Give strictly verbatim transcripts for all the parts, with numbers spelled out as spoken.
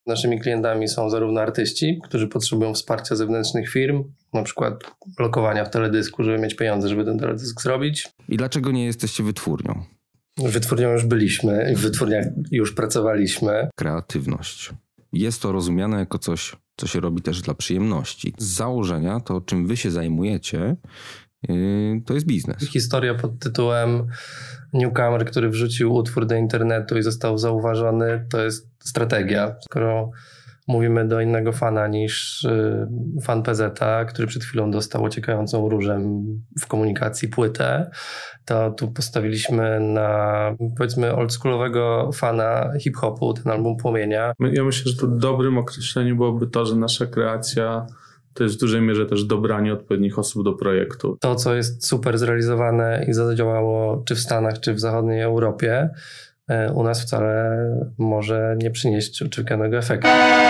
Naszymi klientami są zarówno artyści, którzy potrzebują wsparcia zewnętrznych firm, na przykład lokowania w teledysku, żeby mieć pieniądze, żeby ten teledysk zrobić. I dlaczego nie jesteście wytwórnią? Wytwórnią już byliśmy i w wytwórniach już pracowaliśmy. Kreatywność. Jest to rozumiane jako coś, co się robi też dla przyjemności. Z założenia to, czym wy się zajmujecie, yy, to jest biznes. Historia pod tytułem Newcomer, który wrzucił utwór do internetu i został zauważony, to jest strategia. Skoro mówimy do innego fana niż yy, fan P Z a, który przed chwilą dostał ociekającą różem w komunikacji płytę, to tu postawiliśmy na, powiedzmy, oldschoolowego fana hip-hopu, ten album Płomienia. Ja myślę, że to dobrym określeniem byłoby to, że nasza kreacja to jest w dużej mierze też dobranie odpowiednich osób do projektu. To, co jest super zrealizowane i zadziałało czy w Stanach, czy w zachodniej Europie, u nas wcale może nie przynieść oczekiwanego efektu.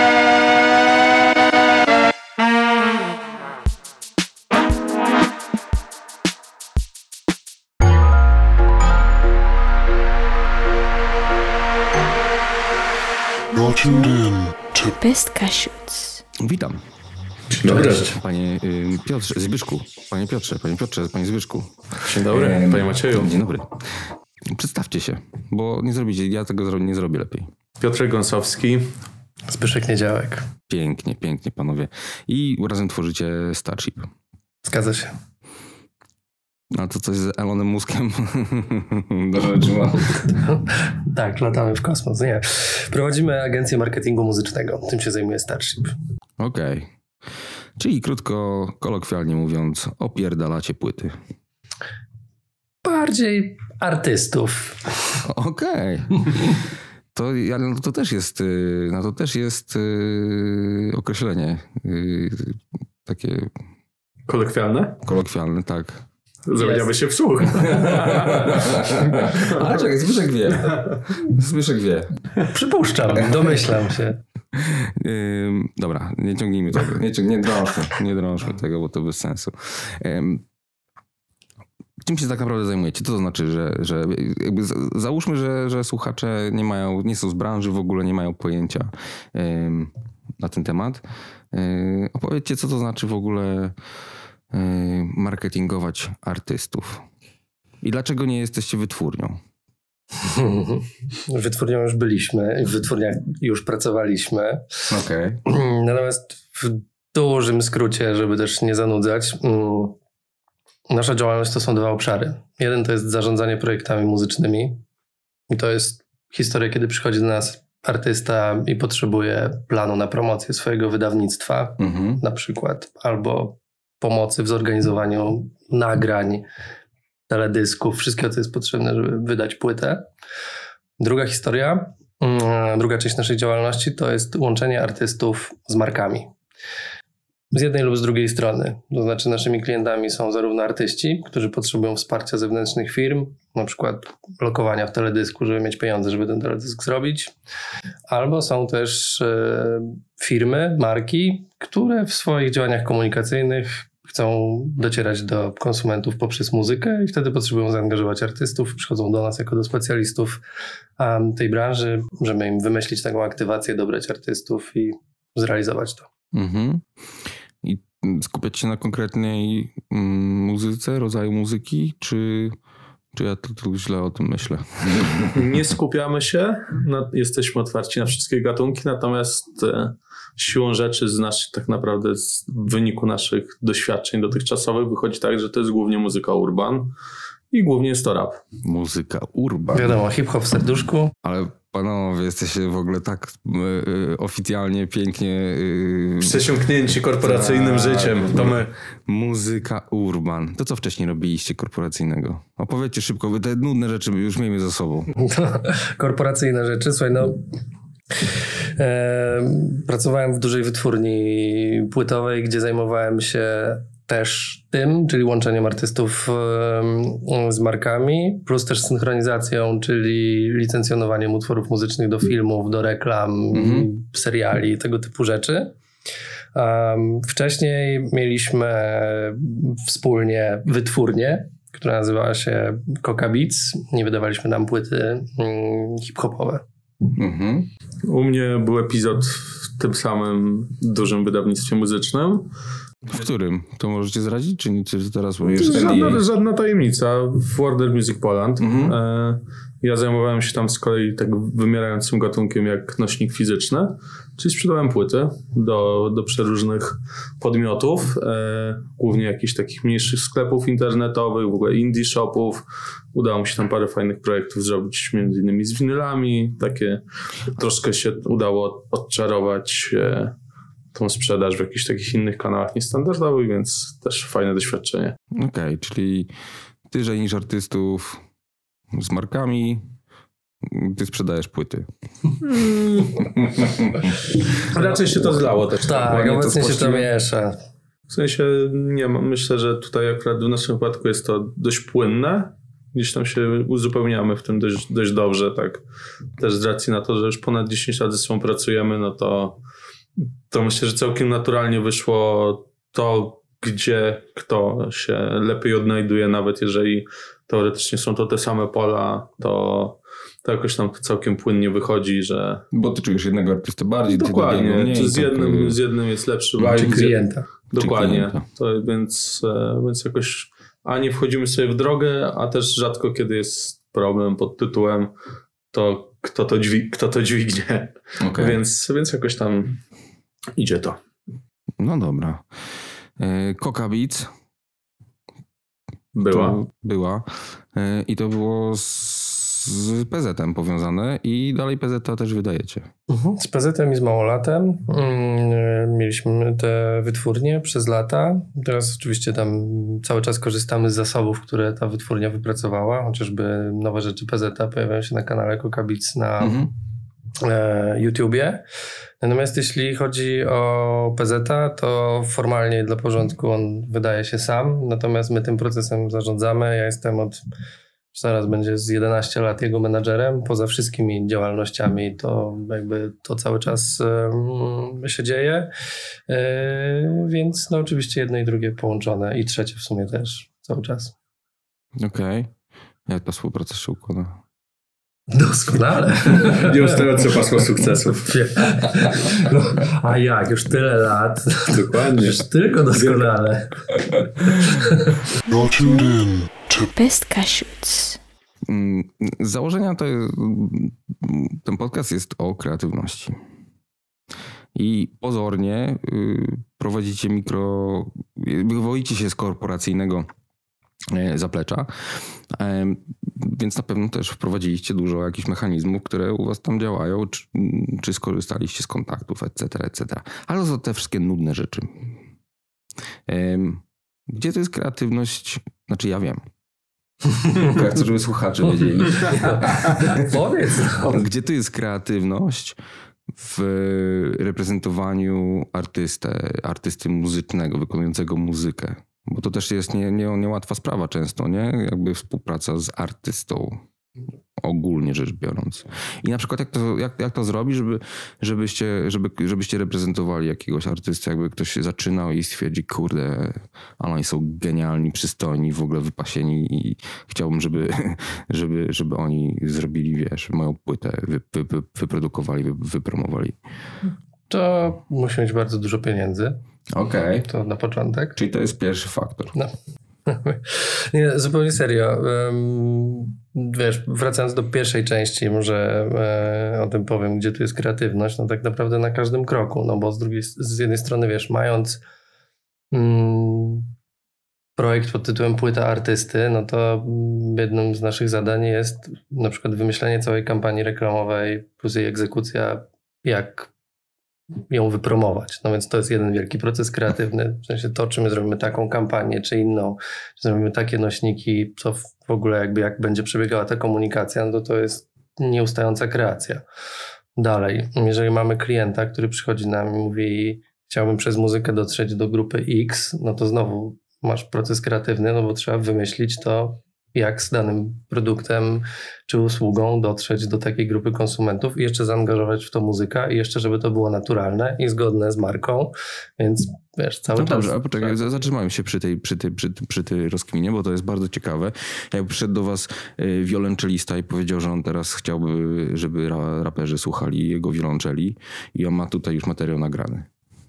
Best Cashews. Witam. Dobry. Panie y, Piotrze, Zbyszku. Panie Piotrze, panie Piotrze, panie Zbyszku. Dzień dobry, e, panie Macieju. Dzień dobry. Przedstawcie się, bo nie zrobicie, ja tego nie zrobię lepiej. Piotr Gąsowski. Zbyszek Niedziałek. Pięknie, pięknie, panowie. I razem tworzycie Starship. Zgadza się. A to coś z Elonem Muskiem do rzeczy ma. Tak, latamy w kosmos. Nie. Prowadzimy agencję marketingu muzycznego. Tym się zajmuje Starship. Okej. Okay. Czyli krótko, kolokwialnie mówiąc, opierdalacie płyty. Bardziej artystów. Okej. Okay. To, ja, no to też jest, no to też jest yy, określenie. Yy, takie... Kolokwialne? Kolokwialne, tak. Zamieniamy się w słuch. Ale czekaj, Zbyszek wie. Zbyszek wie. Przypuszczam, domyślam się. Yy, dobra, nie ciągnijmy tego. Nie, nie drążmy, nie drążmy tego, bo to bez sensu. Yy, czym się tak naprawdę zajmujecie? Co to znaczy, że, że jakby załóżmy, że, że słuchacze nie mają, nie są z branży, w ogóle nie mają pojęcia yy, na ten temat. Yy, opowiedzcie, co to znaczy w ogóle marketingować artystów. I dlaczego nie jesteście wytwórnią? Wytwórnią już byliśmy, w wytwórniach już pracowaliśmy. Okej. Okay. Natomiast w dużym skrócie, żeby też nie zanudzać, nasza działalność to są dwa obszary. Jeden to jest zarządzanie projektami muzycznymi. I to jest historia, kiedy przychodzi do nas artysta i potrzebuje planu na promocję swojego wydawnictwa, mhm. na przykład, albo pomocy w zorganizowaniu nagrań, teledysków, wszystkiego, co jest potrzebne, żeby wydać płytę. Druga historia, druga część naszej działalności to jest łączenie artystów z markami. Z jednej lub z drugiej strony. To znaczy naszymi klientami są zarówno artyści, którzy potrzebują wsparcia zewnętrznych firm, na przykład lokowania w teledysku, żeby mieć pieniądze, żeby ten teledysk zrobić. Albo są też e, firmy, marki, które w swoich działaniach komunikacyjnych chcą docierać do konsumentów poprzez muzykę i wtedy potrzebują zaangażować artystów. Przychodzą do nas jako do specjalistów um, tej branży, żeby im wymyślić taką aktywację, dobrać artystów i zrealizować to. Mhm. I skupiać się na konkretnej mm, muzyce, rodzaju muzyki, czy, czy ja tu źle o tym myślę? Nie skupiamy się, no, jesteśmy otwarci na wszystkie gatunki, natomiast e, siłą rzeczy z naszych, tak naprawdę z wyniku naszych doświadczeń dotychczasowych wychodzi tak, że to jest głównie muzyka urban i głównie jest to rap. Muzyka urban. Wiadomo, hip-hop w serduszku. Ale panowie, jesteście w ogóle tak y, oficjalnie, pięknie... Y, Przesiąknięci korporacyjnym tak, życiem. To my. Muzyka urban. To co wcześniej robiliście korporacyjnego? Opowiedzcie szybko, te nudne rzeczy już miejmy za sobą. Korporacyjne rzeczy, słuchaj, no... E, pracowałem w dużej wytwórni płytowej, gdzie zajmowałem się też tym, czyli łączeniem artystów e, z markami, plus też synchronizacją, czyli licencjonowaniem utworów muzycznych do filmów, do reklam, mm-hmm. seriali, tego typu rzeczy. Um, wcześniej mieliśmy wspólnie wytwórnię, która nazywała się Coca Beats. Nie wydawaliśmy nam płyty mm, hip-hopowe. Mhm. U mnie był epizod w tym samym dużym wydawnictwie muzycznym. W którym? To możecie zdradzić, czy nie? Czy teraz mówisz? Żadna, żadna tajemnica. W Warner Music Poland. Mhm. E, ja zajmowałem się tam z kolei tak wymierającym gatunkiem jak nośnik fizyczny, czyli sprzedałem płyty do, do przeróżnych podmiotów, e, głównie jakichś takich mniejszych sklepów internetowych, w ogóle indie shopów. Udało mi się tam parę fajnych projektów zrobić, między innymi z winylami. Takie troszkę się udało odczarować e, tą sprzedaż w jakichś takich innych kanałach niestandardowych, więc też fajne doświadczenie. Okej, okay, czyli ty żenisz artystów z markami, ty sprzedajesz płyty. Hmm. Raczej się to zlało też. Tak, obecnie się to miesza. W sensie nie mam, myślę, że tutaj akurat w naszym wypadku jest to dość płynne. Gdzieś tam się uzupełniamy w tym dość, dość dobrze, tak. Też z racji na to, że już ponad dziesięć lat ze sobą pracujemy, no to, to myślę, że całkiem naturalnie wyszło to, gdzie kto się lepiej odnajduje, nawet jeżeli teoretycznie są to te same pola, to, to jakoś tam całkiem płynnie wychodzi, że... Bo ty czujesz jednego artystę bardziej, dokładnie, ty mniej, z, jednym, tak... z jednym jest lepszy vibe. Czy klienta. Dokładnie, klienta. To, więc, więc jakoś a nie wchodzimy sobie w drogę, a też rzadko kiedy jest problem pod tytułem to kto to, dźwig, kto to dźwignie. Okay. Więc, więc jakoś tam idzie to. No dobra. Coca Beats była. To była. I to było z P Z em powiązane i dalej P Z a też wydajecie. Mhm. Z P Z em i z Małolatem mm, mieliśmy te wytwórnie przez lata. Teraz oczywiście tam cały czas korzystamy z zasobów, które ta wytwórnia wypracowała. Chociażby nowe rzeczy P Z a pojawiają się na kanale Coca Beats na mhm. e, YouTubie. Natomiast jeśli chodzi o P Z a, to formalnie dla porządku on wydaje się sam. Natomiast my tym procesem zarządzamy. Ja jestem od zaraz będzie z jedenaście lat jego menadżerem. Poza wszystkimi działalnościami to jakby to cały czas um, się dzieje. Yy, więc no oczywiście jedno i drugie połączone i trzecie w sumie też cały czas. Okej. Okay. Jak ta współpraca się układa? Doskonale. Nieustające pasmo sukcesów. No, a jak? Już tyle lat. Dokładnie. Już tylko doskonale. Best Cashuts. Z założenia to jest, ten podcast jest o kreatywności. I pozornie prowadzicie mikro... wywoicie się z korporacyjnego zaplecza, więc na pewno też wprowadziliście dużo jakichś mechanizmów, które u was tam działają, czy, czy skorzystaliście z kontaktów, et cetera, et cetera. Ale to te wszystkie nudne rzeczy. Gdzie to jest kreatywność? Znaczy ja wiem. Ja chcę, żeby słuchacze wiedzieli. Powiedz. Gdzie to jest kreatywność w reprezentowaniu artystę, artysty muzycznego, wykonującego muzykę? Bo to też jest nie, nie, niełatwa sprawa często, nie? Jakby współpraca z artystą, ogólnie rzecz biorąc. I na przykład jak to, jak, jak to zrobić, żeby, żebyście, żeby, żebyście reprezentowali jakiegoś artystę, jakby ktoś się zaczynał i stwierdzi, kurde, ale oni są genialni, przystojni, w ogóle wypasieni i chciałbym, żeby, żeby, żeby oni zrobili, wiesz, moją płytę, wy, wy, wy, wyprodukowali, wy, wypromowali. To musi mieć bardzo dużo pieniędzy. Okej. Okay. To na początek. Czyli to jest pierwszy faktor. No. Nie, zupełnie serio. Wiesz, wracając do pierwszej części, może o tym powiem, gdzie tu jest kreatywność. No tak naprawdę na każdym kroku, no bo z drugiej, z jednej strony, wiesz, mając mm, projekt pod tytułem Płyta Artysty, no to jednym z naszych zadań jest na przykład wymyślenie całej kampanii reklamowej plus jej egzekucja, jak ją wypromować. No więc to jest jeden wielki proces kreatywny. W sensie to, czy my zrobimy taką kampanię, czy inną, czy zrobimy takie nośniki, co w ogóle jakby jak będzie przebiegała ta komunikacja, no to to jest nieustająca kreacja. Dalej, jeżeli mamy klienta, który przychodzi nam i mówi, chciałbym przez muzykę dotrzeć do grupy X, no to znowu masz proces kreatywny, no bo trzeba wymyślić to, jak z danym produktem czy usługą dotrzeć do takiej grupy konsumentów i jeszcze zaangażować w to muzyka i jeszcze, żeby to było naturalne i zgodne z marką, więc wiesz, cały no czas... Dobrze, a poczekaj, zatrzymałem się przy tej, przy, tej, przy, przy tej rozkminie, bo to jest bardzo ciekawe. Jak przyszedł do was wiolonczelista i powiedział, że on teraz chciałby, żeby raperzy słuchali jego wiolonczeli i on ma tutaj już materiał nagrany.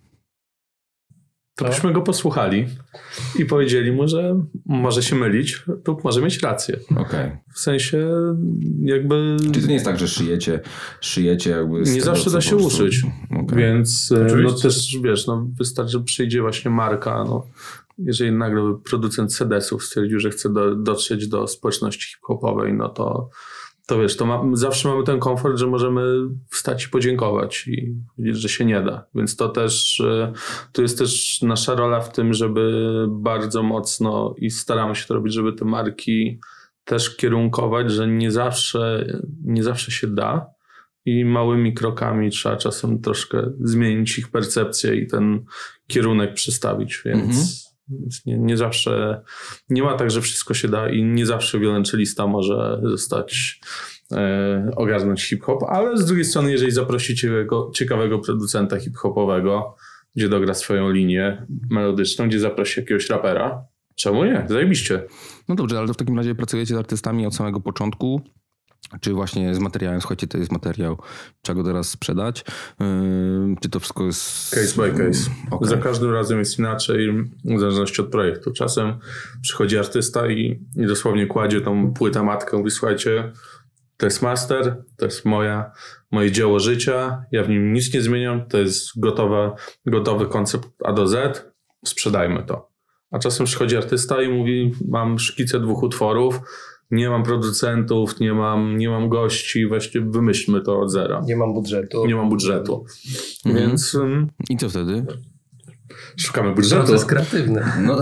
To byśmy go posłuchali i powiedzieli mu, że może się mylić lub może mieć rację. Okay. W sensie jakby... Czy to nie jest tak, że szyjecie, szyjecie jakby... Nie zawsze da się prostu... uszyć. Okay. Więc Oczywiście. no też wiesz, no wystarczy, że przyjdzie właśnie marka, no jeżeli nagle producent sedesów stwierdził, że chce do, dotrzeć do społeczności hip-hopowej, no to to wiesz, to ma, zawsze mamy ten komfort, że możemy wstać i podziękować i powiedzieć, że się nie da. Więc to też, tu jest też nasza rola w tym, żeby bardzo mocno i staramy się to robić, żeby te marki też kierunkować, że nie zawsze, nie zawsze się da i małymi krokami trzeba czasem troszkę zmienić ich percepcję i ten kierunek przystawić, więc... Mhm. Więc nie, nie zawsze, nie ma tak, że wszystko się da i nie zawsze wiolonczelista może zostać, e, ogarnąć hip-hop, ale z drugiej strony, jeżeli zaprosicie ciekawego, ciekawego producenta hip-hopowego, gdzie dogra swoją linię melodyczną, gdzie zaprosi jakiegoś rapera, czemu nie? Zajebiście. No dobrze, ale to w takim razie pracujecie z artystami od samego początku, czy właśnie z materiałem, słuchajcie, to jest materiał, trzeba go teraz sprzedać, yy, czy to wszystko jest... Case by case. Okay. Za każdym razem jest inaczej, w zależności od projektu. Czasem przychodzi artysta i, i dosłownie kładzie tą płytę matkę, mówi, słuchajcie, to jest master, to jest moja, moje dzieło życia, ja w nim nic nie zmieniam, to jest gotowa, gotowy koncept A do Z, sprzedajmy to. A czasem przychodzi artysta i mówi, mam szkice dwóch utworów, nie mam producentów, nie mam, nie mam gości, właśnie wymyślmy to od zera. Nie mam budżetu. Nie mam budżetu. Mhm. Więc... Um, I co wtedy? Szukamy budżetu. To jest kreatywne. No.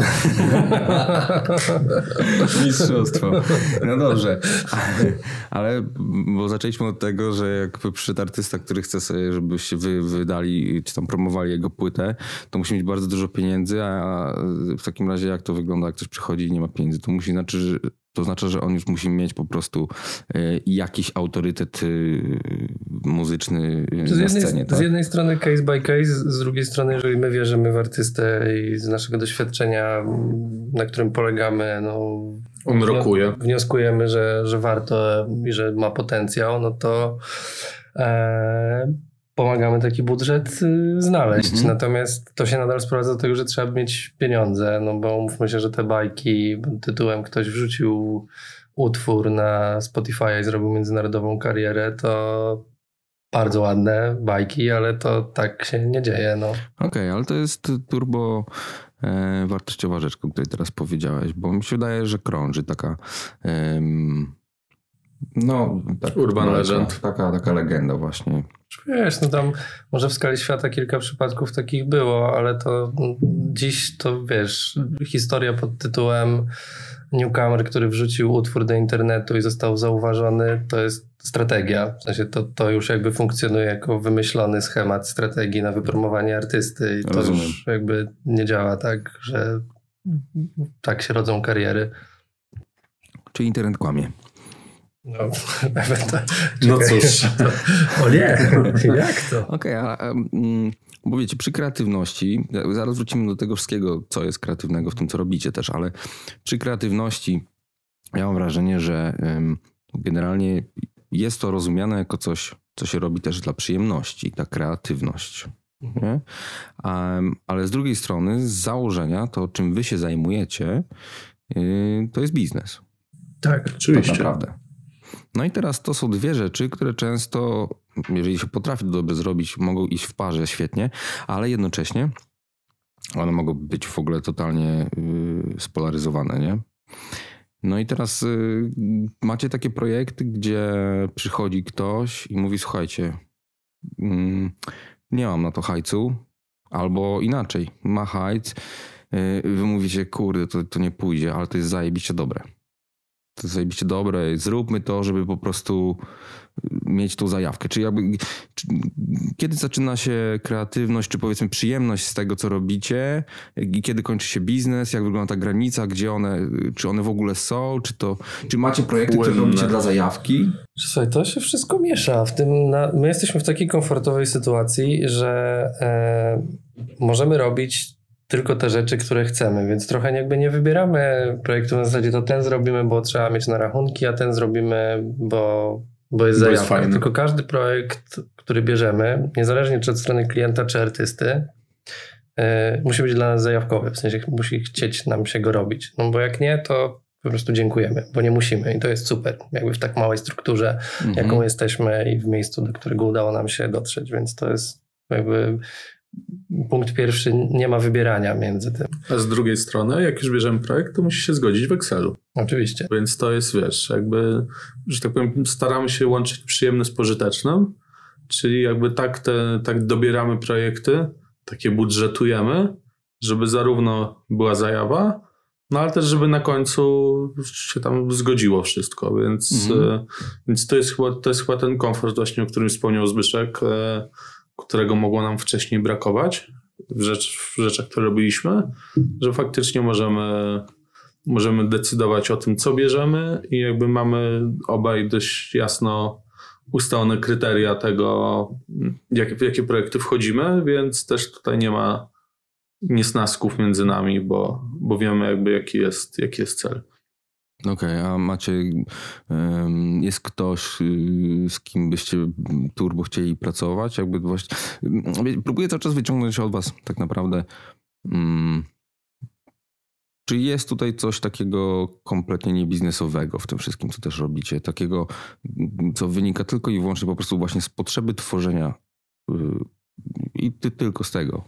Mistrzostwo. No dobrze. Ale bo zaczęliśmy od tego, że jak przyszedł artysta, który chce sobie, żebyście wy wydali, czy tam promowali jego płytę, to musi mieć bardzo dużo pieniędzy, a w takim razie jak to wygląda, jak ktoś przychodzi i nie ma pieniędzy? To musi znaczy, że To znaczy, że on już musi mieć po prostu y, jakiś autorytet y, muzyczny y, z na jednej, scenie. Tak? Z jednej strony case by case, z drugiej strony, jeżeli my wierzymy w artystę i z naszego doświadczenia, na którym polegamy, no, on rokuje. Wnioskujemy, że, że warto i że ma potencjał, no to e, pomagamy taki budżet znaleźć. Mhm. Natomiast to się nadal sprowadza do tego, że trzeba mieć pieniądze, no bo mówmy się, że te bajki tytułem ktoś wrzucił utwór na Spotify i zrobił międzynarodową karierę, to bardzo ładne bajki, ale to tak się nie dzieje. No. Okej, okay, ale to jest turbo e, wartościowa rzecz, o której teraz powiedziałeś, bo mi się wydaje, że krąży taka e, no, tak, urban legend. Taka, taka legenda właśnie. Wiesz, no tam może w skali świata kilka przypadków takich było, ale to dziś to wiesz, historia pod tytułem newcomer, który wrzucił utwór do internetu i został zauważony, to jest strategia. W sensie to, to już jakby funkcjonuje jako wymyślony schemat strategii na wypromowanie artysty i to Rozumiem. Już jakby nie działa tak, że tak się rodzą kariery. Czy internet kłamie? No, no cóż. O nie, jak to? Okej, okay, a um, bo wiecie, przy kreatywności, zaraz wrócimy do tego wszystkiego, co jest kreatywnego w tym, co robicie też, ale przy kreatywności ja mam wrażenie, że um, generalnie jest to rozumiane jako coś, co się robi też dla przyjemności, ta kreatywność. Nie? Um, ale z drugiej strony, z założenia, to czym wy się zajmujecie, yy, to jest biznes. Tak, oczywiście. Tak naprawdę. No i teraz to są dwie rzeczy, które często, jeżeli się potrafi to dobrze zrobić, mogą iść w parze świetnie, ale jednocześnie one mogą być w ogóle totalnie yy, spolaryzowane, nie? No i teraz yy, macie takie projekty, gdzie przychodzi ktoś i mówi, słuchajcie, yy, nie mam na to hajcu, albo inaczej, ma hajc, yy, wy mówicie, kurde, to, to nie pójdzie, ale to jest zajebiście dobre. to zajebiście dobre, zróbmy to, żeby po prostu mieć tą zajawkę. Czy jakby, czy, kiedy zaczyna się kreatywność, czy powiedzmy przyjemność z tego, co robicie i kiedy kończy się biznes, jak wygląda ta granica, gdzie one, czy one w ogóle są, czy to, czy macie projekty, które robicie dla zajawki? Słuchaj, to się wszystko miesza. W tym na, my jesteśmy w takiej komfortowej sytuacji, że e, możemy robić tylko te rzeczy, które chcemy, więc trochę jakby nie wybieramy projektu na zasadzie to ten zrobimy, bo trzeba mieć na rachunki, a ten zrobimy, bo, bo jest zajawka. Tylko każdy projekt, który bierzemy, niezależnie czy od strony klienta, czy artysty, yy, musi być dla nas zajawkowy, w sensie musi chcieć nam się go robić. No bo jak nie, to po prostu dziękujemy, bo nie musimy i to jest super. Jakby w tak małej strukturze, mhm. jaką jesteśmy i w miejscu, do którego udało nam się dotrzeć, więc to jest jakby punkt pierwszy, nie ma wybierania między tym. A z drugiej strony, jak już bierzemy projekt, to musi się zgodzić w Excelu. Oczywiście. Więc to jest, wiesz, jakby, że tak powiem, staramy się łączyć przyjemne z pożytecznym, czyli jakby tak, te, tak dobieramy projekty, takie budżetujemy, żeby zarówno była zajawa, no ale też żeby na końcu się tam zgodziło wszystko, więc, mhm. więc to, jest chyba, to jest chyba ten komfort właśnie, o którym wspomniał Zbyszek, którego mogło nam wcześniej brakować w, rzecz, w rzeczach, które robiliśmy, że faktycznie możemy, możemy decydować o tym, co bierzemy i jakby mamy obaj dość jasno ustalone kryteria tego, jak, w jakie projekty wchodzimy, więc też tutaj nie ma niesnasków między nami, bo, bo wiemy jakby jaki jest, jaki jest cel. Okej, okay, a macie, jest ktoś, z kim byście turbo chcieli pracować? Jakby właśnie, próbuję cały czas wyciągnąć od was tak naprawdę. Czy jest tutaj coś takiego kompletnie niebiznesowego w tym wszystkim, co też robicie? Takiego, co wynika tylko i wyłącznie po prostu właśnie z potrzeby tworzenia i ty, tylko z tego?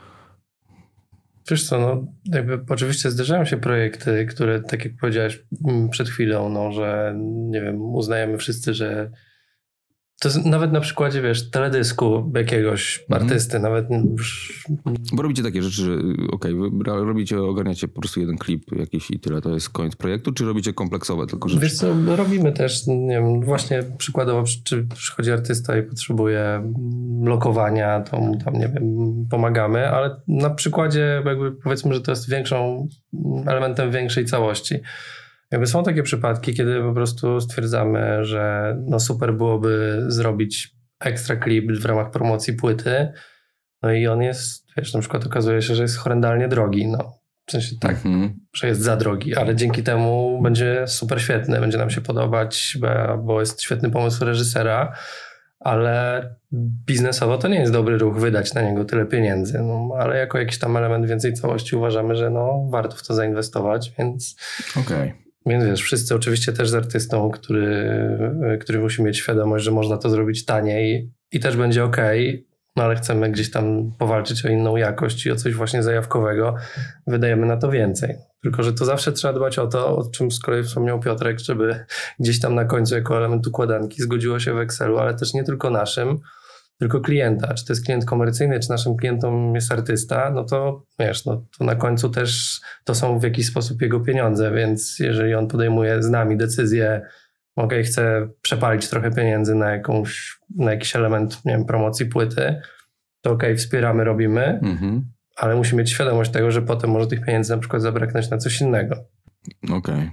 Wiesz co, no jakby oczywiście zdarzają się projekty, które tak jak powiedziałeś przed chwilą, no że nie wiem, uznajemy wszyscy, że to jest nawet na przykładzie, wiesz, teledysku jakiegoś mm-hmm. artysty, nawet... Bo robicie takie rzeczy, że okej, okay, robicie, ogarniacie po prostu jeden klip jakiś i tyle, to jest koniec projektu, czy robicie kompleksowe tylko rzeczy? Wiesz co, robimy też, nie wiem, właśnie przykładowo, czy przychodzi artysta i potrzebuje lokowania, to mu tam, nie wiem, pomagamy, ale na przykładzie jakby powiedzmy, że to jest większą, elementem większej całości. Jakby są takie przypadki, kiedy po prostu stwierdzamy, że no super byłoby zrobić ekstra klip w ramach promocji płyty, no i on jest, wiesz, na przykład okazuje się, że jest horrendalnie drogi, no w sensie tak, mm-hmm. że jest za drogi, ale dzięki temu będzie super świetny, będzie nam się podobać, bo jest świetny pomysł reżysera, ale biznesowo to nie jest dobry ruch wydać na niego tyle pieniędzy, no ale jako jakiś tam element więcej całości uważamy, że no warto w to zainwestować, więc... Okej. Okay. Więc wiesz, wszyscy oczywiście też z artystą, który, który musi mieć świadomość, że można to zrobić taniej i też będzie okej, okay, no ale chcemy gdzieś tam powalczyć o inną jakość i o coś właśnie zajawkowego, wydajemy na to więcej. Tylko że to zawsze trzeba dbać o to, o czym z kolei wspomniał Piotrek, żeby gdzieś tam na końcu jako element układanki zgodziło się w Excelu, ale też nie tylko naszym, tylko klienta. Czy to jest klient komercyjny, czy naszym klientem jest artysta, no to wiesz, no to na końcu też to są w jakiś sposób jego pieniądze, więc jeżeli on podejmuje z nami decyzję, okej, okay, chcę przepalić trochę pieniędzy na jakąś, na jakiś element, nie wiem, promocji płyty, to okej, okay, wspieramy, robimy, mm-hmm. ale musimy mieć świadomość tego, że potem może tych pieniędzy na przykład zabraknąć na coś innego. Okej. Okay.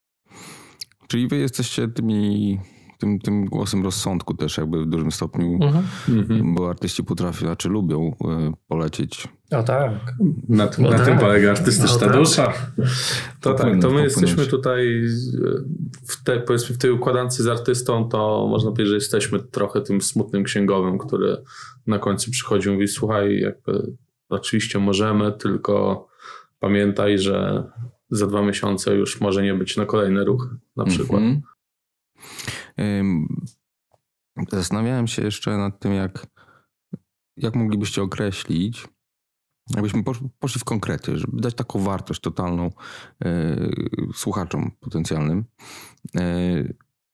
Czyli wy jesteście tymi... Tym, tym głosem rozsądku też jakby w dużym stopniu, mm-hmm. bo artyści potrafią, znaczy lubią y, polecieć. O tak. Na, tym, o na tak. tym polega artystyczna o dusza. Tak. To tak, to my jesteśmy tutaj w, te, powiedzmy w tej układance z artystą, to można powiedzieć, że jesteśmy trochę tym smutnym księgowym, który na końcu przychodzi i mówi, słuchaj, jakby oczywiście możemy, tylko pamiętaj, że za dwa miesiące już może nie być na kolejny ruch na przykład. Mm-hmm. Zastanawiałem się jeszcze nad tym, jak, jak moglibyście określić, jakbyśmy poszli w konkrety, żeby dać taką wartość totalną yy, słuchaczom potencjalnym. Yy,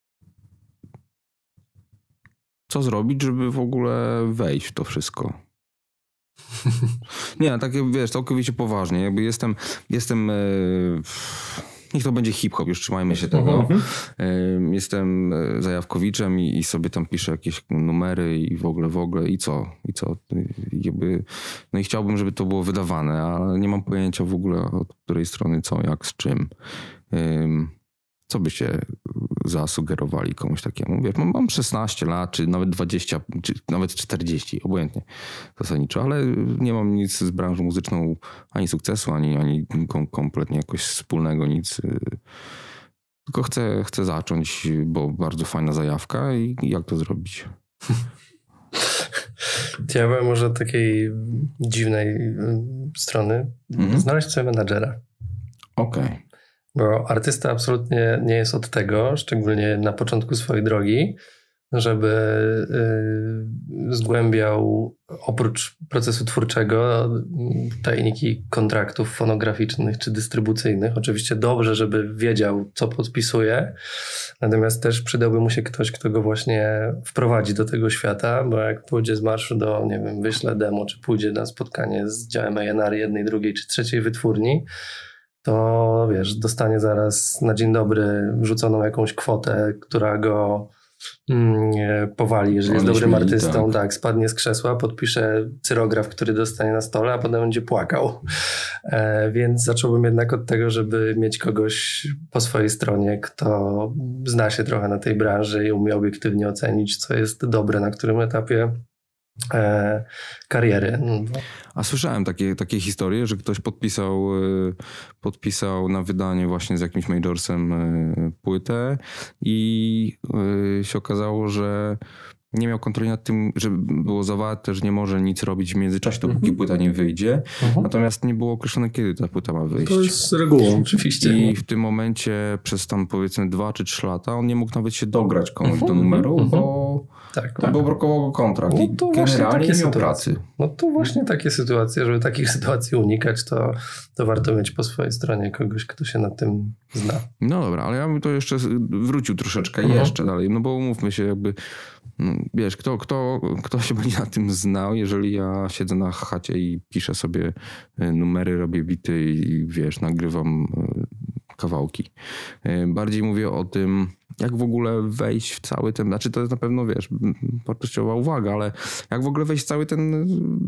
co zrobić, żeby w ogóle wejść w to wszystko? Nie, tak wiesz, całkowicie poważnie. Jakby jestem, jestem yy, niech to będzie hip-hop, już trzymajmy się tego. Mhm. Jestem zajawkowiczem i, i sobie tam piszę jakieś numery i w ogóle, w ogóle i co? I co? Jakby, no i chciałbym, żeby to było wydawane, ale nie mam pojęcia w ogóle od której strony co, jak, z czym. Co byście zasugerowali komuś takiemu? Wiesz, mam, mam szesnaście lat, czy nawet dwadzieścia, czy nawet czterdzieści, obojętnie zasadniczo, ale nie mam nic z branżą muzyczną, ani sukcesu, ani, ani kom, kompletnie jakoś wspólnego, nic. Tylko chcę, chcę zacząć, bo bardzo fajna zajawka i jak to zrobić? Ja byłem może od takiej dziwnej strony. Mhm. Znaleźć sobie menadżera. Okej. Okay. Bo artysta absolutnie nie jest od tego, szczególnie na początku swojej drogi, żeby y, zgłębiał oprócz procesu twórczego tajniki kontraktów fonograficznych czy dystrybucyjnych. Oczywiście dobrze, żeby wiedział, co podpisuje, natomiast też przydałby mu się ktoś, kto go właśnie wprowadzi do tego świata, bo jak pójdzie z marszu do, nie wiem, wyśle demo, czy pójdzie na spotkanie z działem A and R jednej, drugiej czy trzeciej wytwórni, to wiesz, dostanie zaraz na dzień dobry wrzuconą jakąś kwotę, która go mm, powali, jeżeli jest dobrym artystą, tak. tak, spadnie z krzesła, podpisze cyrograf, który dostanie na stole, a potem będzie płakał. E, więc zacząłbym jednak od tego, żeby mieć kogoś po swojej stronie, kto zna się trochę na tej branży i umie obiektywnie ocenić, co jest dobre na którym etapie E, kariery. A słyszałem takie, takie historie, że ktoś podpisał, podpisał na wydanie właśnie z jakimś majorsem płytę i się okazało, że nie miał kontroli nad tym, że było zawarte, że nie może nic robić w międzyczasie, dopóki płyta nie wyjdzie. Uh-huh. Natomiast nie było określone, kiedy ta płyta ma wyjść. To jest regułą, oczywiście. I w tym momencie przez tam powiedzmy dwa czy trzy lata on nie mógł nawet się dograć komuś uh-huh. do numeru, uh-huh. bo tak, tak. bo brakowało go kontrakt no i generalnie nie miał pracy. No to właśnie takie sytuacje, żeby takich sytuacji unikać, to, to warto mieć po swojej stronie kogoś, kto się na tym zna. No dobra, ale ja bym to jeszcze wrócił troszeczkę uh-huh. jeszcze dalej, no bo umówmy się jakby no, wiesz, kto, kto, kto się będzie na tym znał, jeżeli ja siedzę na chacie i piszę sobie numery, robię bity i wiesz, nagrywam kawałki. Bardziej mówię o tym, jak w ogóle wejść w cały ten, znaczy to jest na pewno, wiesz, wartościowa uwaga, ale jak w ogóle wejść w cały ten,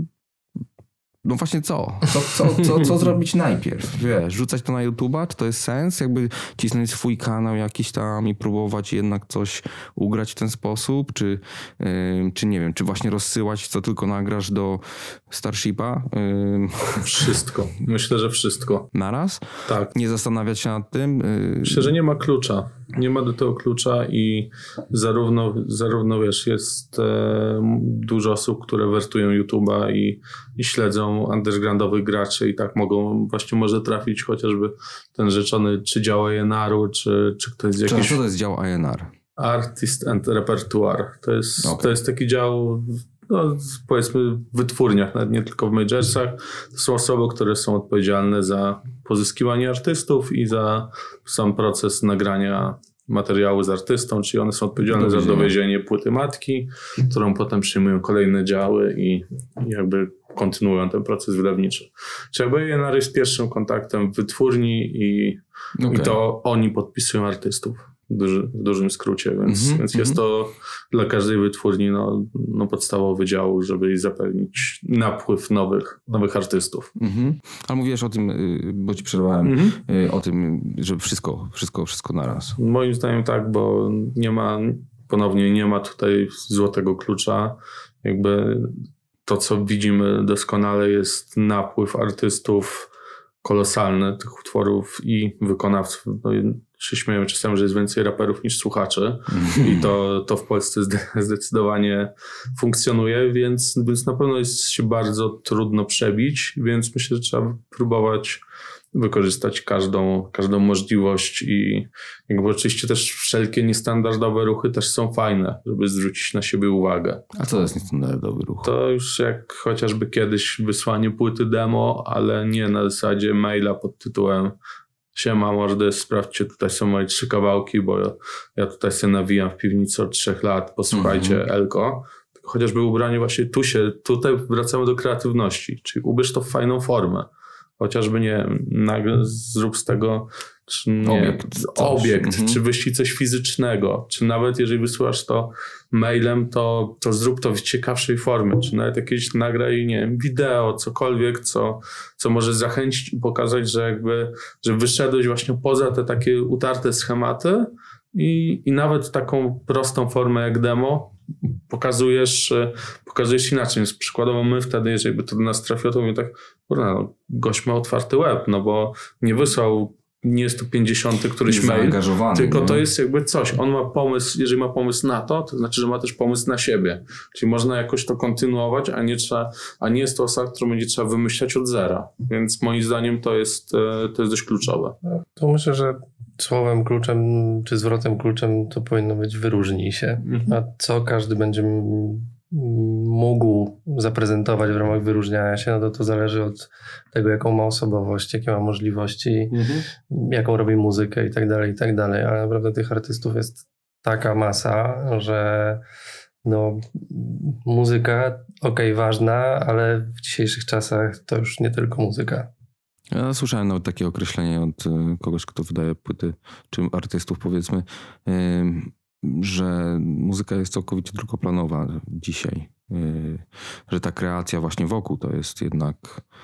no właśnie co? Co, co, co, co zrobić najpierw? Wiesz, rzucać to na YouTube'a? Czy to jest sens? Jakby cisnąć swój kanał jakiś tam i próbować jednak coś ugrać w ten sposób? Czy, yy, czy nie wiem, czy właśnie rozsyłać, co tylko nagrasz do Starshipa? Yy. Wszystko. Myślę, że wszystko. Naraz? Tak. Nie zastanawiać się nad tym? Yy. Myślę, że nie ma klucza. Nie ma do tego klucza i zarówno, zarówno wiesz, jest e, dużo osób, które wertują YouTube'a i, i śledzą undergroundowych graczy i tak mogą właśnie może trafić chociażby ten rzeczony czy dział A and R-u, czy, czy ktoś z jakiejś... Co to jest dział A and R? Artist and Repertoire. To jest, okay. to jest taki dział, no, powiedzmy w wytwórniach, nawet nie tylko w majorsach. To są osoby, które są odpowiedzialne za pozyskiwanie artystów i za sam proces nagrania materiału z artystą, czyli one są odpowiedzialne dowiezienie. za dowiezienie płyty matki, którą potem przyjmują kolejne działy i, i jakby kontynuują ten proces wydawniczy. Czyli jakby A and R jest pierwszym kontaktem w wytwórni i, okay. i to oni podpisują artystów. W, duży, w dużym skrócie, więc, mm-hmm, więc jest mm-hmm. to dla każdej wytwórni no, no podstawowy dział, żeby jej zapewnić napływ nowych, nowych artystów. Mm-hmm. Ale mówisz o tym, bo ci przerwałem, mm-hmm. o tym, że wszystko, wszystko, wszystko naraz. Moim zdaniem tak, bo nie ma, ponownie nie ma tutaj złotego klucza. Jakby to, co widzimy doskonale, jest napływ artystów kolosalny, tych utworów i wykonawców. No, się śmiejemy czasem, że jest więcej raperów niż słuchaczy mm. i to, to w Polsce zdecydowanie funkcjonuje, więc, więc na pewno jest się bardzo trudno przebić, więc myślę, że trzeba próbować wykorzystać każdą, każdą możliwość i jakby oczywiście też wszelkie niestandardowe ruchy też są fajne, żeby zwrócić na siebie uwagę. A co to jest niestandardowy ruch? To już jak chociażby kiedyś wysłanie płyty demo, ale nie na zasadzie maila pod tytułem siema mordy, sprawdźcie, tutaj są moje trzy kawałki, bo ja, ja tutaj sobie nawijam w piwnicy od trzech lat, posłuchajcie mm-hmm. Elko. Chociażby ubranie właśnie tu się, tutaj wracamy do kreatywności, czyli ubierz to w fajną formę. Chociażby nie nagle zrób z tego czy nie, obiekt, obiekt mhm. czy wyślij coś fizycznego, czy nawet jeżeli wysyłasz to mailem, to, to zrób to w ciekawszej formie, czy nawet jakieś nagraj, nie wiem, wideo, cokolwiek, co, co może zachęcić i pokazać, że jakby, że wyszedłeś właśnie poza te takie utarte schematy i, i nawet taką prostą formę jak demo pokazujesz, pokazujesz inaczej. Więc przykładowo my wtedy, jeżeli by to do nas trafiło, to mówię tak, kurwa, no, gość ma otwarty web, no bo nie wysłał, nie jest to pięćdziesiąty któryś mail, tylko nie? To jest jakby coś. On ma pomysł, jeżeli ma pomysł na to, to znaczy, że ma też pomysł na siebie. Czyli można jakoś to kontynuować, a nie trzeba, a nie jest to osoba, którą będzie trzeba wymyślać od zera. Więc moim zdaniem to jest, to jest dość kluczowe. To myślę, że słowem kluczem czy zwrotem kluczem to powinno być wyróżnij się. Mhm. A co każdy będzie mógł zaprezentować w ramach wyróżniania się, no to to zależy od tego, jaką ma osobowość, jakie ma możliwości, mhm. jaką robi muzykę i tak dalej, i tak dalej. Ale naprawdę tych artystów jest taka masa, że no muzyka okej, okay, ważna, ale w dzisiejszych czasach to już nie tylko muzyka. Ja słyszałem nawet takie określenie od kogoś, kto wydaje płyty, czy artystów powiedzmy, że muzyka jest całkowicie drugoplanowa dzisiaj. Że ta kreacja właśnie wokół to jest jednak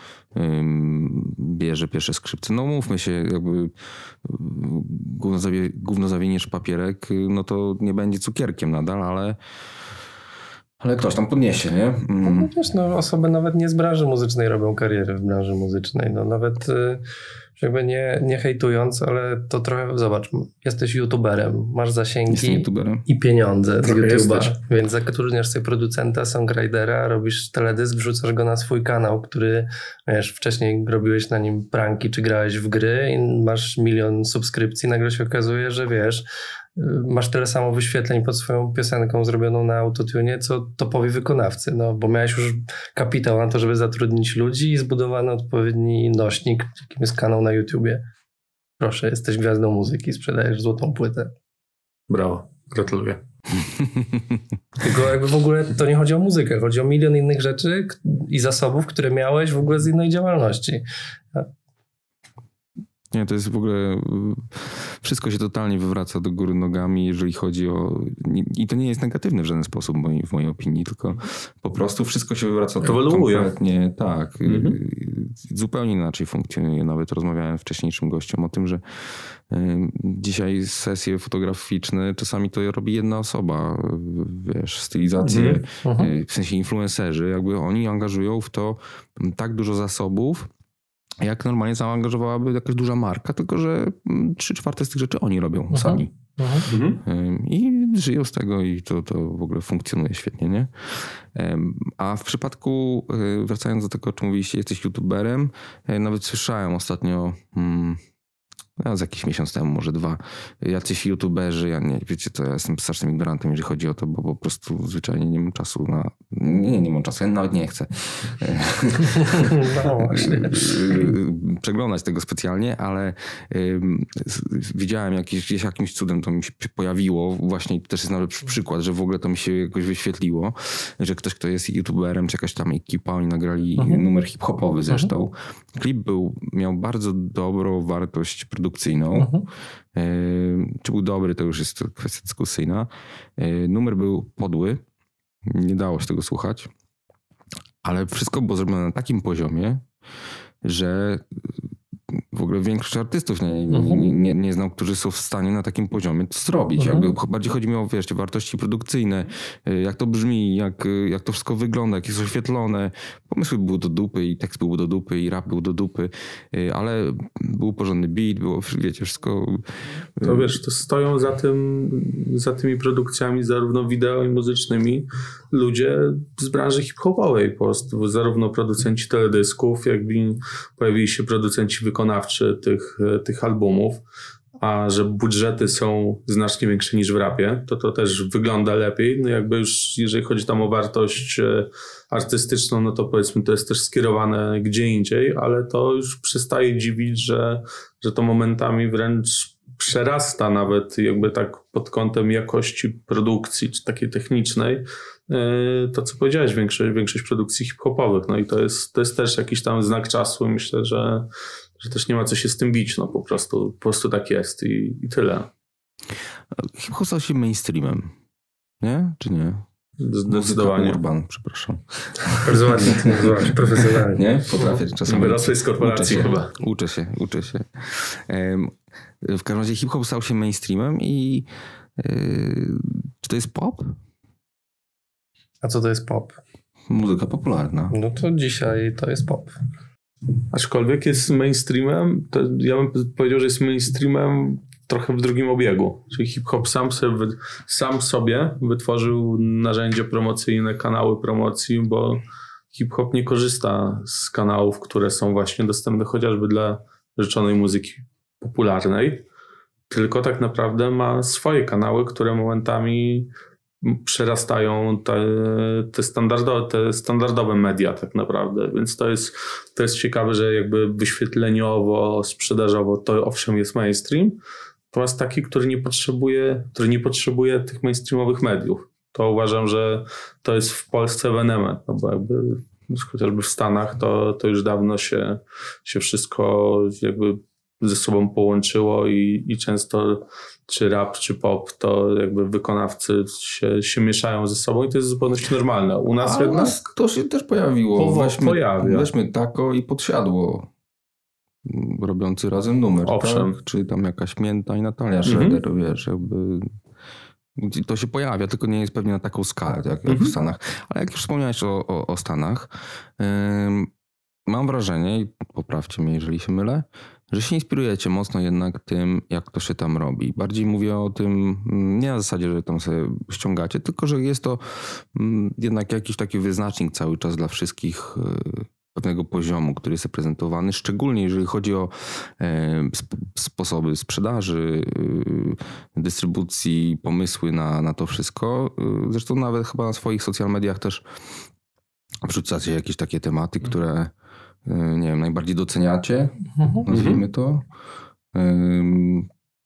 bierze pierwsze skrzypce. No mówmy się, jakby gówno, zawie, gówno zawiniesz papierek, no to nie będzie cukierkiem nadal, ale Ale ktoś tam podniesie, nie? Mm. No wiesz, no, osoby nawet nie z branży muzycznej robią karierę w branży muzycznej. No nawet y, jakby nie, nie hejtując, ale to trochę, zobacz, jesteś youtuberem, masz zasięgi i pieniądze z YouTube'a, więc zatrudniasz sobie producenta, songwritera, robisz teledysk, wrzucasz go na swój kanał, który, wiesz, wcześniej robiłeś na nim pranki, czy grałeś w gry i masz milion subskrypcji, nagle się okazuje, że wiesz, masz tyle samo wyświetleń pod swoją piosenką zrobioną na autotune, co topowi wykonawcy, no bo miałeś już kapitał na to, żeby zatrudnić ludzi i zbudowany odpowiedni nośnik, jakim jest kanał na YouTubie. Proszę, jesteś gwiazdą muzyki, sprzedajesz złotą płytę. Brawo, gratuluję. Tylko jakby w ogóle to nie chodzi o muzykę, chodzi o milion innych rzeczy i zasobów, które miałeś w ogóle z innej działalności. Nie, to jest w ogóle... Wszystko się totalnie wywraca do góry nogami, jeżeli chodzi o... I to nie jest negatywne w żaden sposób w mojej opinii, tylko po prostu wszystko się wywraca kompletnie. Tak. Mhm. Zupełnie inaczej funkcjonuje. Nawet rozmawiałem z wcześniejszym gościem o tym, że dzisiaj sesje fotograficzne czasami to robi jedna osoba. Wiesz, stylizację, mhm. w sensie influencerzy, jakby oni angażują w to tak dużo zasobów, jak normalnie zaangażowałaby jakaś duża marka, tylko że trzy czwarte z tych rzeczy oni robią uh-huh. sami. Uh-huh. I żyją z tego i to, to w ogóle funkcjonuje świetnie, nie? A w przypadku, wracając do tego, o czym mówiliście, jesteś youtuberem, nawet słyszałem ostatnio... Hmm, no, z jakiś miesiąc temu, może dwa, jacyś youtuberzy, ja nie, wiecie to ja jestem strasznym ignorantem, jeżeli chodzi o to, bo po prostu zwyczajnie nie mam czasu na... Nie, nie mam czasu, ja nawet nie chcę no, przeglądać tego specjalnie, ale um, widziałem jakiś, gdzieś jakimś cudem to mi się pojawiło, właśnie to też jest nawet przykład, że w ogóle to mi się jakoś wyświetliło, że ktoś, kto jest youtuberem, czy jakaś tam ekipa, oni nagrali uh-huh. numer hip-hopowy zresztą. Uh-huh. Klip był, miał bardzo dobrą wartość produkcyjną. Uh-huh. Czy był dobry, to już jest kwestia dyskusyjna. Numer był podły. Nie dało się tego słuchać. Ale wszystko było zrobione na takim poziomie, że w ogóle większość artystów nie, nie, nie, nie znam, którzy są w stanie na takim poziomie to zrobić. Uh-huh. Jakby bardziej chodzi mi o, wiesz, wartości produkcyjne, jak to brzmi, jak, jak to wszystko wygląda, jak jest oświetlone. Pomysły były do dupy i tekst był do dupy i rap był do dupy, ale był porządny beat, było, wiecie, wszystko... To wiesz, to stoją za tym, za tymi produkcjami zarówno wideo i muzycznymi ludzie z branży hip-hopowej po prostu. Zarówno producenci teledysków, jak i pojawili się producenci wykonawczy tych, tych albumów, a że budżety są znacznie większe niż w rapie, to to też wygląda lepiej. No jakby już jeżeli chodzi tam o wartość artystyczną, no to powiedzmy to jest też skierowane gdzie indziej, ale to już przestaje dziwić, że, że to momentami wręcz przerasta nawet jakby tak pod kątem jakości produkcji, czy takiej technicznej, to, co powiedziałeś, większość, większość produkcji hip-hopowych. No i to jest, to jest też jakiś tam znak czasu. Myślę, że, że też nie ma co się z tym bić. No po prostu, po prostu tak jest i, i tyle. Hip-hop stał się mainstreamem, nie? Czy nie? Zdecydowanie. Urban, przepraszam. Bardzo ładnie to nazywałeś, profesjonalnie. Nie? Potrafię czasami. Wyrosłeś z korporacji uczę się, chyba. Uczę się, uczę się. Um, w każdym razie hip-hop stał się mainstreamem i yy, czy to jest pop? A co to jest pop? Muzyka popularna. No to dzisiaj to jest pop. Aczkolwiek jest mainstreamem, to ja bym powiedział, że jest mainstreamem trochę w drugim obiegu. Czyli hip-hop sam sobie, sam sobie wytworzył narzędzia promocyjne, kanały promocji, bo hip-hop nie korzysta z kanałów, które są właśnie dostępne chociażby dla rzeczonej muzyki popularnej, tylko tak naprawdę ma swoje kanały, które momentami przerastają te, te, standardowe, te standardowe media tak naprawdę, więc to jest, to jest ciekawe, że jakby wyświetleniowo, sprzedażowo to owszem jest mainstream, natomiast taki, który nie potrzebuje, który nie potrzebuje tych mainstreamowych mediów. To uważam, że to jest w Polsce ewenement, no bo jakby chociażby w Stanach to, to już dawno się, się wszystko jakby ze sobą połączyło i, i często czy rap, czy pop, to jakby wykonawcy się, się mieszają ze sobą i to jest zupełnie normalne. U nas A jednak... u nas to się też pojawiło. Po, weźmy, pojawia. weźmy Tako i Podsiadło. Robiący razem numer. Owszem. Tak? Czy tam jakaś Mięta i Natalia Mhm. Schroeder, wiesz, jakby... To się pojawia, tylko nie jest pewnie na taką skalę, jak, jak Mhm. w Stanach. Ale jak już wspomniałeś o, o, o Stanach, ym, mam wrażenie, i poprawcie mnie, jeżeli się mylę, że się inspirujecie mocno jednak tym, jak to się tam robi. Bardziej mówię o tym, nie na zasadzie, że tam sobie ściągacie, tylko że jest to mm, jednak jakiś taki wyznacznik cały czas dla wszystkich y, pewnego poziomu, który jest reprezentowany, szczególnie jeżeli chodzi o y, sp- sposoby sprzedaży, y, dystrybucji, pomysły na, na to wszystko. Y, zresztą nawet chyba na swoich social mediach też wrzucacie jakieś takie tematy, które nie wiem, najbardziej doceniacie, nazwijmy to. Um,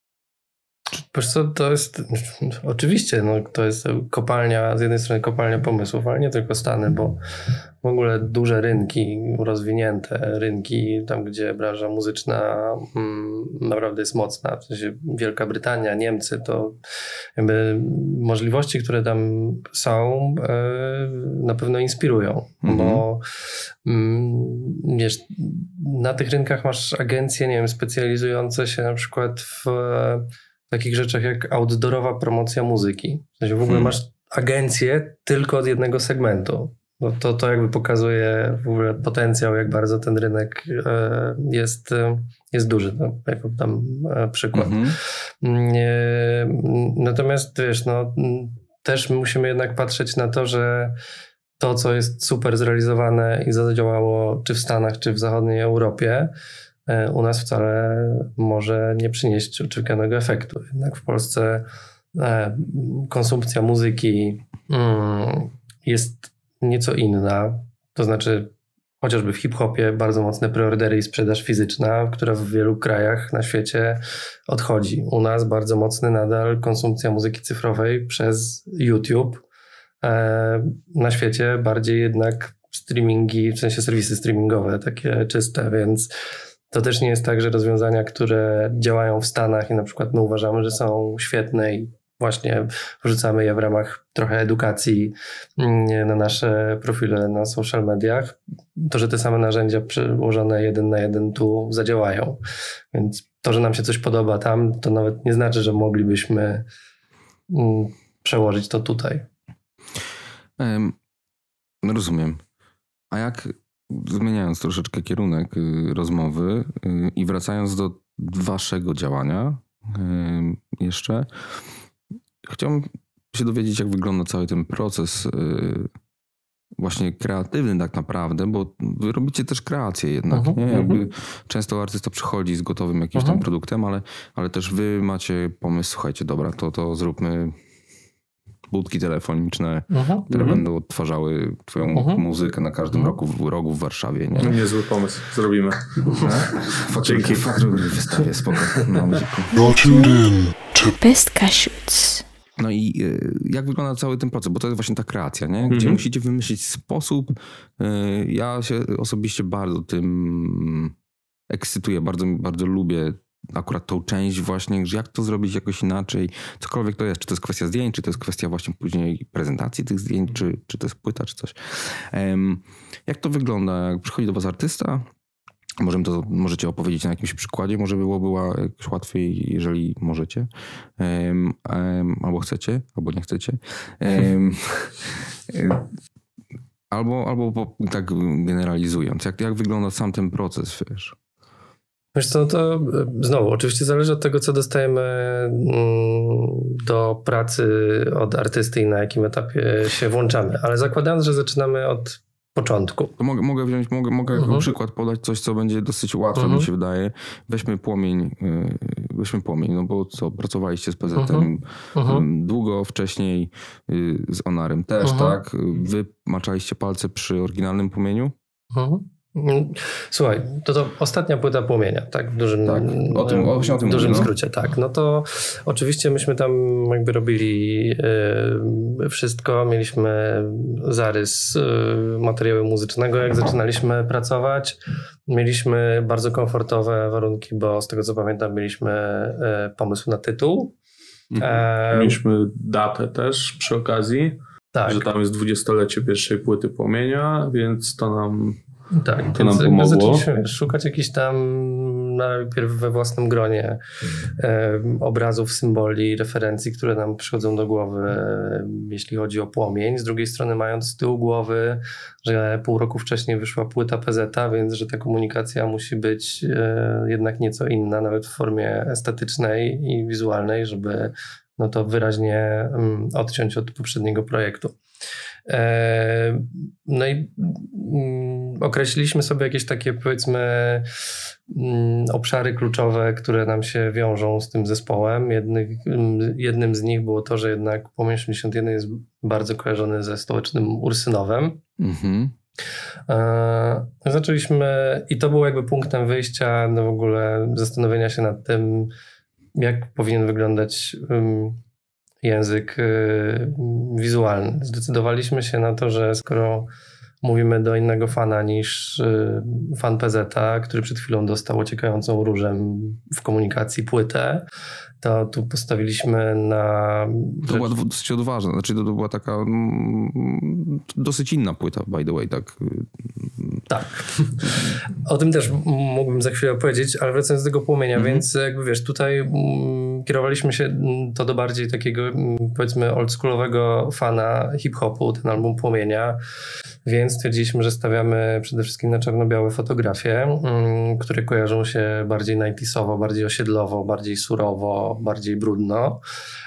Wiesz co, to jest oczywiście, no, to jest kopalnia, z jednej strony kopalnia pomysłów, ale nie tylko Stany, bo w ogóle duże rynki, rozwinięte rynki, tam gdzie branża muzyczna mm, naprawdę jest mocna, w sensie Wielka Brytania, Niemcy, to jakby możliwości, które tam są, e, na pewno inspirują, mm-hmm. bo mm, wiesz, na tych rynkach masz agencje, nie wiem, specjalizujące się na przykład w takich rzeczach jak outdoorowa promocja muzyki. W sensie w ogóle hmm. masz agencję tylko od jednego segmentu. No to, to jakby pokazuje w ogóle potencjał, jak bardzo ten rynek e, jest, e, jest duży. No, jako tam e, przykład. Mm-hmm. E, natomiast wiesz, no też musimy jednak patrzeć na to, że to, co jest super zrealizowane i zadziałało czy w Stanach, czy w zachodniej Europie, u nas wcale może nie przynieść oczekiwanego efektu. Jednak w Polsce e, konsumpcja muzyki mm, jest nieco inna. To znaczy chociażby w hip-hopie bardzo mocne preordery i sprzedaż fizyczna, która w wielu krajach na świecie odchodzi. U nas bardzo mocny nadal konsumpcja muzyki cyfrowej przez YouTube. E, na świecie bardziej jednak streamingi, w sensie serwisy streamingowe, takie czyste, więc to też nie jest tak, że rozwiązania, które działają w Stanach i na przykład my uważamy, że są świetne i właśnie wrzucamy je w ramach trochę edukacji na nasze profile na social mediach, to, że te same narzędzia przełożone jeden na jeden tu zadziałają. Więc to, że nam się coś podoba tam, to nawet nie znaczy, że moglibyśmy przełożyć to tutaj. Um, rozumiem. A jak zmieniając troszeczkę kierunek y, rozmowy y, i wracając do waszego działania y, jeszcze, chciałbym się dowiedzieć, jak wygląda cały ten proces y, właśnie kreatywny tak naprawdę, bo wy robicie też kreację jednak, uh-huh, nie? Jakby uh-huh. Często artysta przychodzi z gotowym jakimś uh-huh. tam produktem, ale, ale też wy macie pomysł, słuchajcie, dobra, to, to zróbmy budki telefoniczne, uh-huh, które uh-huh. będą odtwarzały twoją uh-huh. muzykę na każdym uh-huh. roku w rogu w Warszawie. Nie? Niezły pomysł. Zrobimy. Dzięki. Faktury wystawię, spoko. Na muzyku. Best Cashews. No i y, jak wygląda cały ten proces? Bo to jest właśnie ta kreacja, nie? Gdzie Mhm. musicie wymyślić sposób. Y, ja się osobiście bardzo tym ekscytuję, bardzo, bardzo lubię akurat tą część właśnie, że jak to zrobić jakoś inaczej, cokolwiek to jest, czy to jest kwestia zdjęć, czy to jest kwestia właśnie później prezentacji tych zdjęć, czy, czy to jest płyta, czy coś. Um, jak to wygląda? Jak przychodzi do was artysta, możemy to, możecie opowiedzieć na jakimś przykładzie, może by było jakoś łatwiej, jeżeli możecie, um, um, albo chcecie, albo nie chcecie. Um, albo albo po, tak generalizując, jak, jak wygląda sam ten proces, wiesz? Wiesz co, to znowu, oczywiście zależy od tego, co dostajemy do pracy od artysty i na jakim etapie się włączamy, ale zakładając, że zaczynamy od początku. To mogę, mogę wziąć, mogę, mogę jako Mhm. przykład podać coś, co będzie dosyć łatwe, Mhm. mi się wydaje. Weźmy płomień, yy, weźmy płomień, no bo co, pracowaliście z P Z tem Mhm. Mhm. długo wcześniej, yy, z Onarem też, Mhm. tak? Wy maczaliście palce przy oryginalnym płomieniu? Mhm. Słuchaj, to to ostatnia płyta Płomienia, tak? W dużym, Tak, o tym- o- właśnie o tym w dużym mówię, no. skrócie, tak. No to oczywiście myśmy tam jakby robili y, wszystko. Mieliśmy zarys y, materiału muzycznego, jak zaczynaliśmy pracować. Mieliśmy bardzo komfortowe warunki, bo z tego co pamiętam mieliśmy y, pomysł na tytuł. E, Mieliśmy datę też przy okazji, tak. że tam jest dwudziestolecie pierwszej płyty Płomienia, więc to nam Tak, To więc nam jakby pomogło. zaczęliśmy wiesz, szukać jakichś tam najpierw we własnym gronie e, obrazów, symboli, referencji, które nam przychodzą do głowy, e, jeśli chodzi o płomień. Z drugiej strony mając z tyłu głowy, że pół roku wcześniej wyszła płyta P Z a, więc że ta komunikacja musi być e, jednak nieco inna, nawet w formie estetycznej i wizualnej, żeby no to wyraźnie um, odciąć od poprzedniego projektu. No i mm, określiliśmy sobie jakieś takie, powiedzmy, mm, obszary kluczowe, które nam się wiążą z tym zespołem. Jednych, jednym z nich było to, że jednak Płomień osiemdziesiąt jeden jest bardzo kojarzony ze stołecznym Ursynowem. Mhm. E, zaczęliśmy i to było jakby punktem wyjścia do w ogóle zastanowienia się nad tym, jak powinien wyglądać um, język y, wizualny. Zdecydowaliśmy się na to, że skoro mówimy do innego fana niż y, fan P Z a, który przed chwilą dostał ociekającą różem w komunikacji płytę, to tu postawiliśmy na... To była dosyć odważna, znaczy to, to była taka mm, dosyć inna płyta, by the way, tak. Tak. O tym też mógłbym za chwilę opowiedzieć, ale wracając do tego Płomienia, mhm. więc jakby wiesz, tutaj mm, kierowaliśmy się mm, to do bardziej takiego mm, powiedzmy oldschoolowego fana hip-hopu, ten album Płomienia, więc stwierdziliśmy, że stawiamy przede wszystkim na czarno-białe fotografie, mm, które kojarzą się bardziej ninetysowo, bardziej osiedlowo, bardziej surowo, bardziej brudno.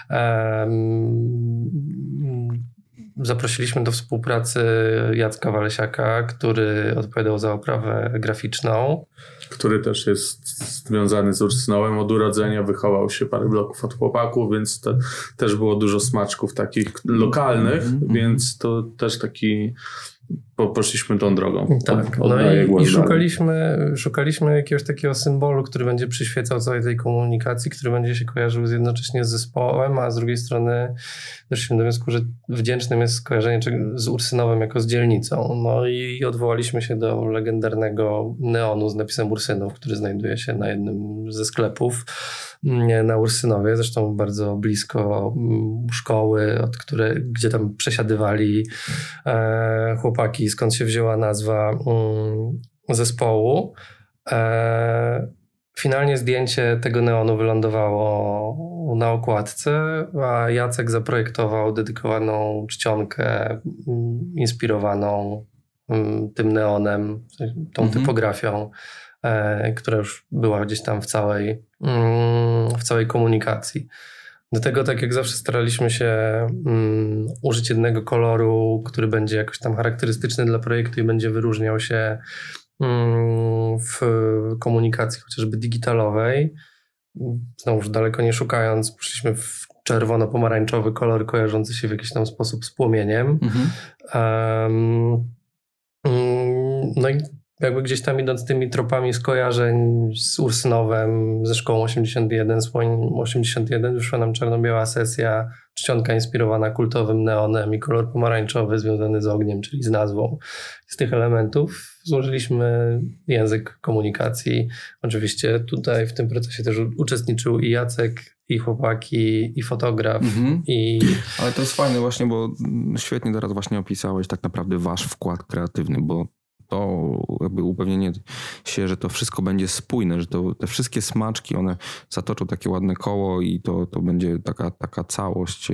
Um, Zaprosiliśmy do współpracy Jacka Walesiaka, który odpowiadał za oprawę graficzną. Który też jest związany z Ursynowem od urodzenia, wychował się parę bloków od chłopaków, więc to też było dużo smaczków takich lokalnych, mm-hmm. więc to też taki... Bo poszliśmy tą drogą. Tak, no i, i szukaliśmy, szukaliśmy jakiegoś takiego symbolu, który będzie przyświecał całej tej komunikacji, który będzie się kojarzył z jednocześnie z zespołem, a z drugiej strony doszliśmy do wniosku, że wdzięcznym jest skojarzenie z Ursynowem jako z dzielnicą. No i odwołaliśmy się do legendarnego neonu z napisem Ursynów, który znajduje się na jednym ze sklepów na Ursynowie, zresztą bardzo blisko szkoły, od której, gdzie tam przesiadywali e, chłopaki, skąd się wzięła nazwa mm, zespołu. E, finalnie zdjęcie tego neonu wylądowało na okładce, a Jacek zaprojektował dedykowaną czcionkę mm, inspirowaną mm, tym neonem, tą mhm. typografią, e, która już była gdzieś tam w całej, mm, w całej komunikacji. Do tego, tak jak zawsze, staraliśmy się um, użyć jednego koloru, który będzie jakoś tam charakterystyczny dla projektu i będzie wyróżniał się um, w komunikacji chociażby digitalowej. Znowuż daleko nie szukając, poszliśmy w czerwono-pomarańczowy kolor kojarzący się w jakiś tam sposób z płomieniem. Mhm. Um, um, no i jakby gdzieś tam idąc tymi tropami skojarzeń z Ursynowem, ze Szkołą osiemdziesiąt jeden, Słoń osiemdziesiąt jeden, wyszła nam czarno-biała sesja, czcionka inspirowana kultowym neonem i kolor pomarańczowy związany z ogniem, czyli z nazwą. Z tych elementów złożyliśmy język komunikacji. Oczywiście tutaj w tym procesie też uczestniczył i Jacek, i chłopaki, i fotograf. Mhm. I... Ale to jest fajne właśnie, bo świetnie teraz właśnie opisałeś tak naprawdę wasz wkład kreatywny, bo to jakby upewnienie się, że to wszystko będzie spójne, że to, te wszystkie smaczki, one zatoczą takie ładne koło i to, to będzie taka, taka całość.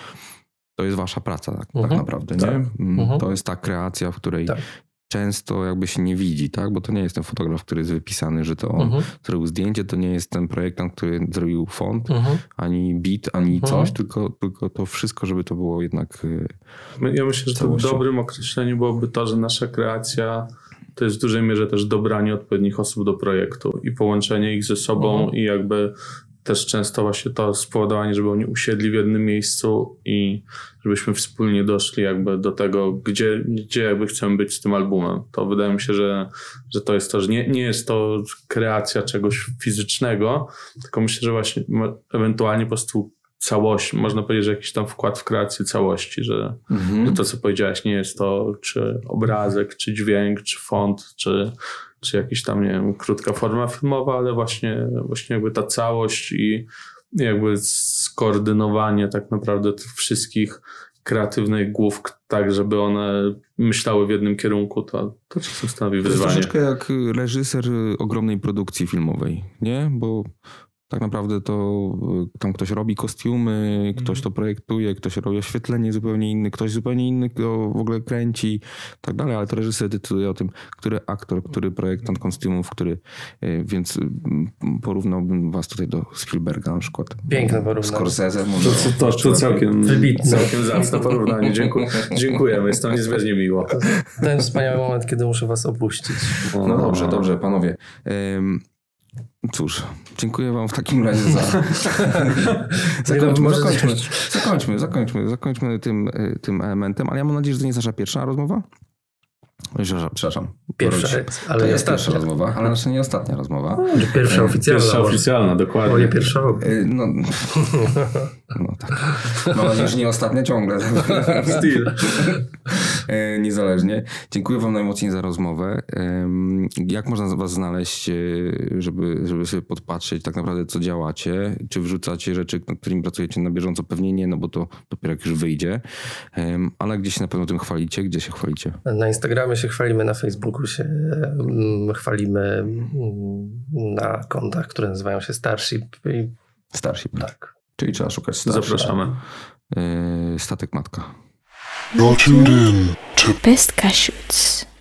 To jest wasza praca tak, mhm. tak naprawdę, tak. nie? Mhm. To jest ta kreacja, w której tak. często jakby się nie widzi, tak? Bo to nie jest ten fotograf, który jest wypisany, że to on mhm. zrobił zdjęcie, to nie jest ten projektant, który zrobił font, mhm. ani beat, ani mhm. coś, tylko, tylko to wszystko, żeby to było jednak Ja myślę, że to dobrym określeniem byłoby to, że nasza kreacja to jest w dużej mierze też dobranie odpowiednich osób do projektu i połączenie ich ze sobą mhm. i jakby też często właśnie to spowodowanie, żeby oni usiedli w jednym miejscu i żebyśmy wspólnie doszli jakby do tego, gdzie, gdzie jakby chcemy być z tym albumem. To wydaje mi się, że, że to jest to, że nie, nie jest to kreacja czegoś fizycznego, tylko myślę, że właśnie ewentualnie po prostu całość, można powiedzieć, że jakiś tam wkład w kreację całości, że, mhm. że to, co powiedziałeś, nie jest to czy obrazek, czy dźwięk, czy font, czy czy jakaś tam, nie wiem, krótka forma filmowa, ale właśnie, właśnie jakby ta całość i jakby skoordynowanie tak naprawdę tych wszystkich kreatywnych głów tak, żeby one myślały w jednym kierunku, to, to czasem stanowi wyzwanie. To jest troszeczkę jak reżyser ogromnej produkcji filmowej, nie? Bo tak naprawdę to tam ktoś robi kostiumy, ktoś to projektuje, ktoś robi oświetlenie zupełnie inny, ktoś zupełnie inny to w ogóle kręci i tak dalej, ale to reżyser decyduje o tym, który aktor, który projektant kostiumów, który, więc porównałbym was tutaj do Spielberga na przykład. Piękne porównanie. Scorsese. To, to, to, to całkiem, wybitne. Całkiem zacne porównanie. Dziękuję, dziękujemy, jest to niezmiernie miło. Ten wspaniały moment, kiedy muszę was opuścić. No, no dobrze, dobrze, panowie. Um, Cóż, dziękuję wam w takim razie za... zakończmy, zakończmy, zakończmy, zakończmy, zakończmy tym, tym elementem, ale ja mam nadzieję, że to nie jest nasza pierwsza rozmowa. Przepraszam. Pierwsza, ale to jest pierwsza rozmowa, ale nasza nie ostatnia rozmowa. Pierwsza oficjalna. Pierwsza oficjalna, dokładnie. O nie pierwsza. No, no tak. Mam nadzieję, że nie ostatnia ciągle. Styl. Niezależnie. Dziękuję wam najmocniej za rozmowę. Jak można was znaleźć, żeby, żeby sobie podpatrzeć tak naprawdę, co działacie? Czy wrzucacie rzeczy, nad którymi pracujecie na bieżąco? Pewnie nie, no bo to dopiero jak już wyjdzie. Ale gdzie się na pewno tym chwalicie? Gdzie się chwalicie? Na Instagramie się chwalimy, na Facebooku się um, chwalimy, um, na kontach, które nazywają się Starship. I... Starship. Tak. Czyli trzeba szukać Starship. Zapraszamy. Yy, Statek Matka. You're tuned in to Best Cashews.